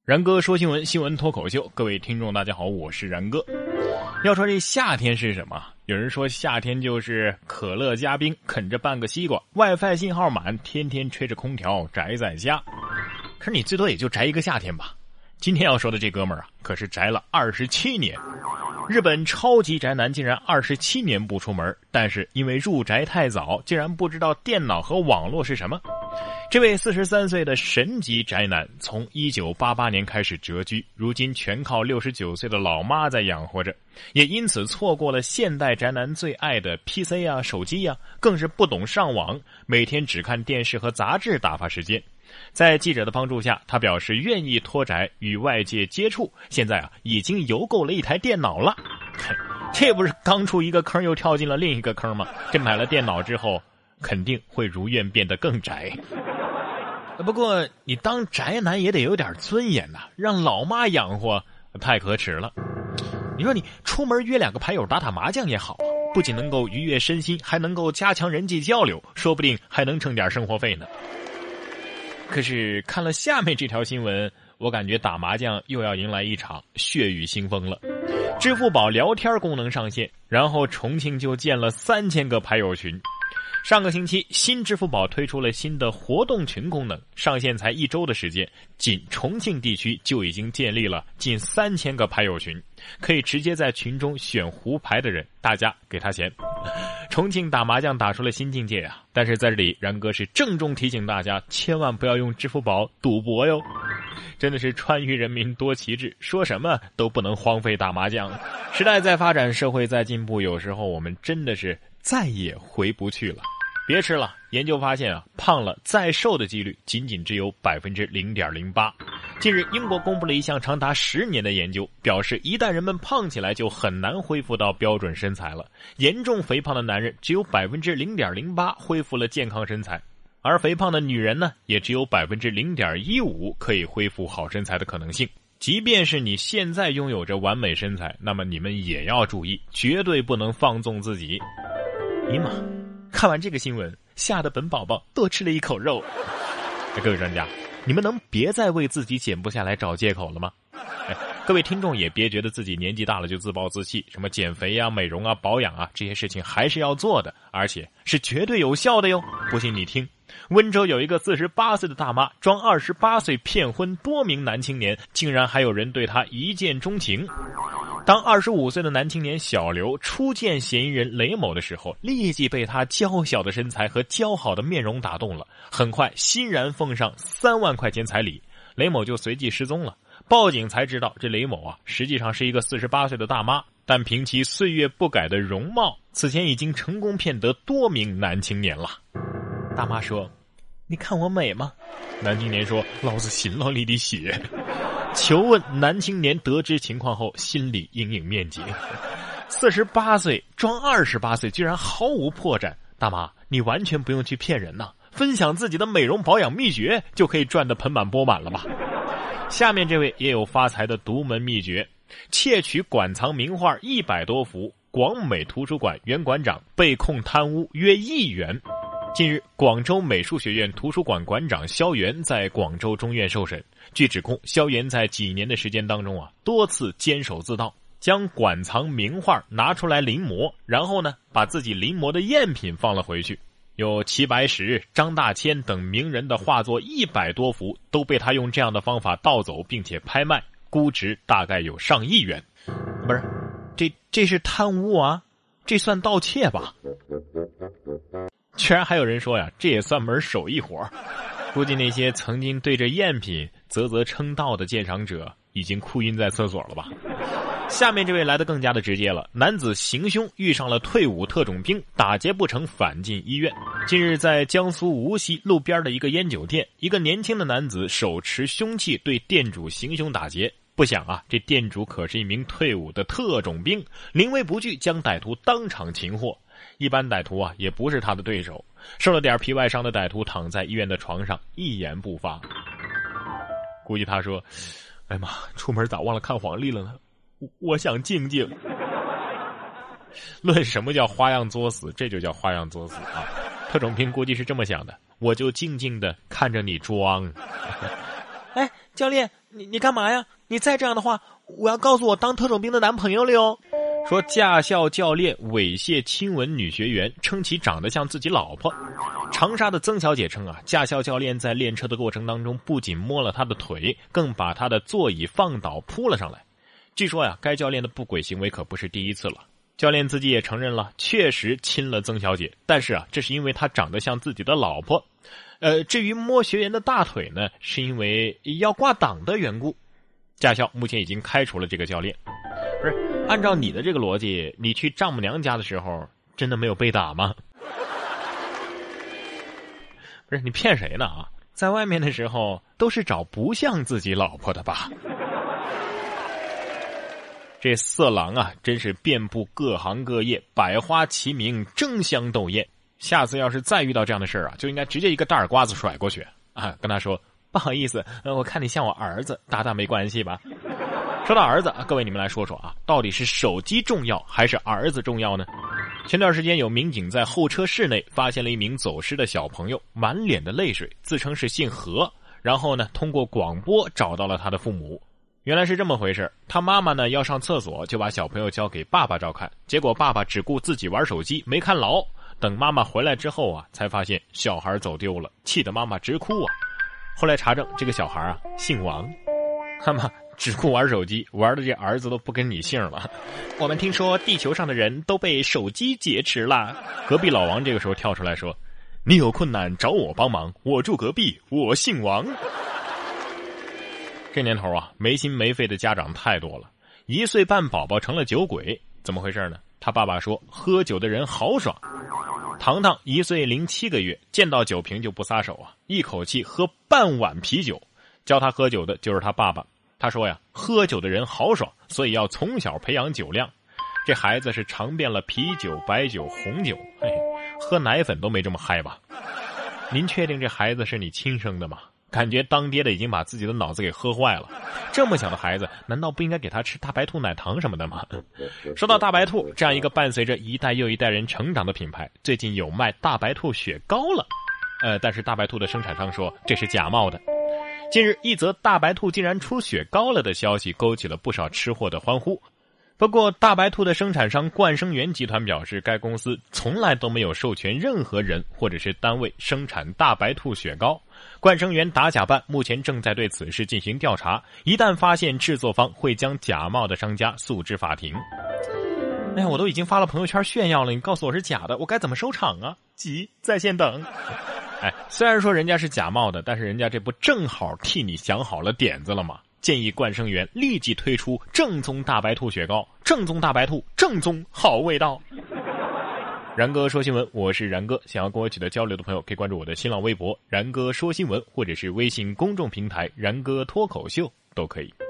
然哥说新闻，新闻脱口秀，各位听众大家好，我是然哥。要说这夏天是什么？有人说夏天就是可乐加冰，啃着半个西瓜， WiFi 信号满，天天吹着空调宅在家。可是你最多也就宅一个夏天吧。今天要说的这哥们儿啊，可是宅了27年。日本超级宅男竟然27年不出门，但是因为入宅太早，竟然不知道电脑和网络是什么。这位43岁的神级宅男从1988年开始蛰居，如今全靠69岁的老妈在养活着，也因此错过了现代宅男最爱的 PC 啊、手机啊，更是不懂上网，每天只看电视和杂志打发时间。在记者的帮助下，他表示愿意脱宅与外界接触，现在已经邮购了一台电脑了。这不是刚出一个坑又跳进了另一个坑吗？这买了电脑之后肯定会如愿变得更宅。不过你当宅男也得有点尊严呐，让老妈养活太可耻了。你说你出门约2个牌友打打麻将也好，不仅能够愉悦身心，还能够加强人际交流，说不定还能挣点生活费呢。可是看了下面这条新闻，我感觉打麻将又要迎来一场血雨腥风了。支付宝聊天功能上线，然后重庆就建了3000个牌友群。上个星期，新支付宝推出了新的活动群功能，上线才1周的时间，仅重庆地区就已经建立了近3000个牌友群，可以直接在群中选胡牌的人，大家给他钱。重庆打麻将打出了新境界啊！但是在这里，然哥是郑重提醒大家，千万不要用支付宝赌博哟！真的是川渝人民多奇志，说什么都不能荒废打麻将。时代在发展，社会在进步，有时候我们真的是再也回不去了。别吃了，研究发现啊，胖了再瘦的几率仅仅只有 0.08%。近日，英国公布了一项长达10年的研究，表示一旦人们胖起来，就很难恢复到标准身材了。严重肥胖的男人只有 0.08% 恢复了健康身材，而肥胖的女人呢，也只有 0.15% 可以恢复好身材的可能性。即便是你现在拥有着完美身材，那么你们也要注意，绝对不能放纵自己。姨妈，看完这个新闻，吓得本宝宝多吃了一口肉。各位专家，你们能别再为自己减不下来找借口了吗？各位听众也别觉得自己年纪大了就自暴自弃，什么减肥啊、美容啊、保养啊，这些事情还是要做的，而且是绝对有效的哟。不信你听，温州有一个48岁的大妈装28岁骗婚多名男青年，竟然还有人对她一见钟情。当25岁的男青年小刘初见嫌疑人雷某的时候，立即被他娇小的身材和姣好的面容打动了，很快欣然奉上3万块钱彩礼，雷某就随即失踪了。报警才知道，这雷某啊，实际上是一个48岁的大妈，但凭其岁月不改的容貌，此前已经成功骗得多名男青年了。大妈说：“你看我美吗？”男青年说：“老子信了你的邪。”求问男青年得知情况后，心理阴影面积。48岁装28岁，居然毫无破绽。大妈，你完全不用去骗人呐，分享自己的美容保养秘诀，就可以赚得盆满钵满了吧？下面这位也有发财的独门秘诀：窃取馆藏名画100多幅，广美图书馆原馆长被控贪污约1亿元。近日，广州美术学院图书馆馆长萧元在广州中院受审。据指控，萧元在几年的时间当中多次监守自盗，将馆藏名画拿出来临摹，然后呢，把自己临摹的赝品放了回去。有齐白石、张大千等名人的画作100多幅都被他用这样的方法盗走，并且拍卖，估值大概有上亿元。不是，这是贪污啊，这算盗窃吧？居然还有人说呀，这也算门手艺活。估计那些曾经对着赝品啧啧称道的鉴赏者已经哭晕在厕所了吧。下面这位来得更加的直接了，男子行凶遇上了退伍特种兵，打劫不成反进医院。近日在江苏无锡路边的一个烟酒店，一个年轻的男子手持凶器对店主行凶打劫，不想这店主可是一名退伍的特种兵，临危不惧，将歹徒当场擒获。一般歹徒也不是他的对手，受了点皮外伤的歹徒躺在医院的床上一言不发。估计他说：“哎妈，出门咋忘了看黄历了呢？我想静静。”论什么叫花样作死，这就叫花样作死啊！特种兵估计是这么想的：我就静静的看着你装。哎， 教练，你干嘛呀？你再这样的话，我要告诉我当特种兵的男朋友了哟。说驾校教练猥亵亲吻女学员，称其长得像自己老婆。长沙的曾小姐称啊，驾校教练在练车的过程当中，不仅摸了她的腿，更把她的座椅放倒扑了上来。据说呀，该教练的不轨行为可不是第一次了。教练自己也承认了，确实亲了曾小姐，但是啊，这是因为她长得像自己的老婆。至于摸学员的大腿呢，是因为要挂档的缘故。驾校目前已经开除了这个教练。不是，按照你的这个逻辑，你去丈母娘家的时候，真的没有被打吗？不是，你骗谁呢啊？在外面的时候，都是找不像自己老婆的吧？这色狼啊，真是遍布各行各业，百花齐鸣，争相斗艳。下次要是再遇到这样的事儿啊，就应该直接一个大耳刮子甩过去啊，跟他说不好意思，我看你像我儿子，打打没关系吧？说到儿子，各位你们来说说啊，到底是手机重要还是儿子重要呢？前段时间有民警在候车室内发现了一名走失的小朋友，满脸的泪水，自称是姓何，然后呢，通过广播找到了他的父母。原来是这么回事，他妈妈呢要上厕所，就把小朋友交给爸爸照看，结果爸爸只顾自己玩手机，没看牢。等妈妈回来之后啊，才发现小孩走丢了，气得妈妈直哭啊。后来查证，这个小孩啊姓王，看吧，只顾玩手机，玩的这儿子都不跟你姓了。我们听说地球上的人都被手机劫持了。隔壁老王这个时候跳出来说：“你有困难找我帮忙，我住隔壁，我姓王。”这年头啊，没心没肺的家长太多了。1岁半宝宝成了酒鬼，怎么回事呢？他爸爸说喝酒的人豪爽。糖糖1岁07个月，见到酒瓶就不撒手啊，一口气喝半碗啤酒。教他喝酒的就是他爸爸。他说呀，喝酒的人豪爽，所以要从小培养酒量。这孩子是尝遍了啤酒、白酒、红酒，嘿，喝奶粉都没这么嗨吧？您确定这孩子是你亲生的吗？感觉当爹的已经把自己的脑子给喝坏了。这么小的孩子，难道不应该给他吃大白兔奶糖什么的吗？说到大白兔，这样一个伴随着一代又一代人成长的品牌，最近有卖大白兔雪糕了。但是大白兔的生产商说这是假冒的。近日，一则大白兔竟然出雪糕了的消息勾起了不少吃货的欢呼。不过，大白兔的生产商冠生园集团表示，该公司从来都没有授权任何人或者是单位生产大白兔雪糕。冠生园打假办目前正在对此事进行调查，一旦发现制作方，会将假冒的商家诉至法庭。哎呀，我都已经发了朋友圈炫耀了，你告诉我是假的，我该怎么收场啊？急，在线等。虽然说人家是假冒的，但是人家这不正好替你想好了点子了吗？建议冠生园立即推出正宗大白兔雪糕，正宗大白兔，正宗好味道。然哥说新闻，我是然哥，想要跟我取得交流的朋友可以关注我的新浪微博然哥说新闻，或者是微信公众平台然哥脱口秀都可以。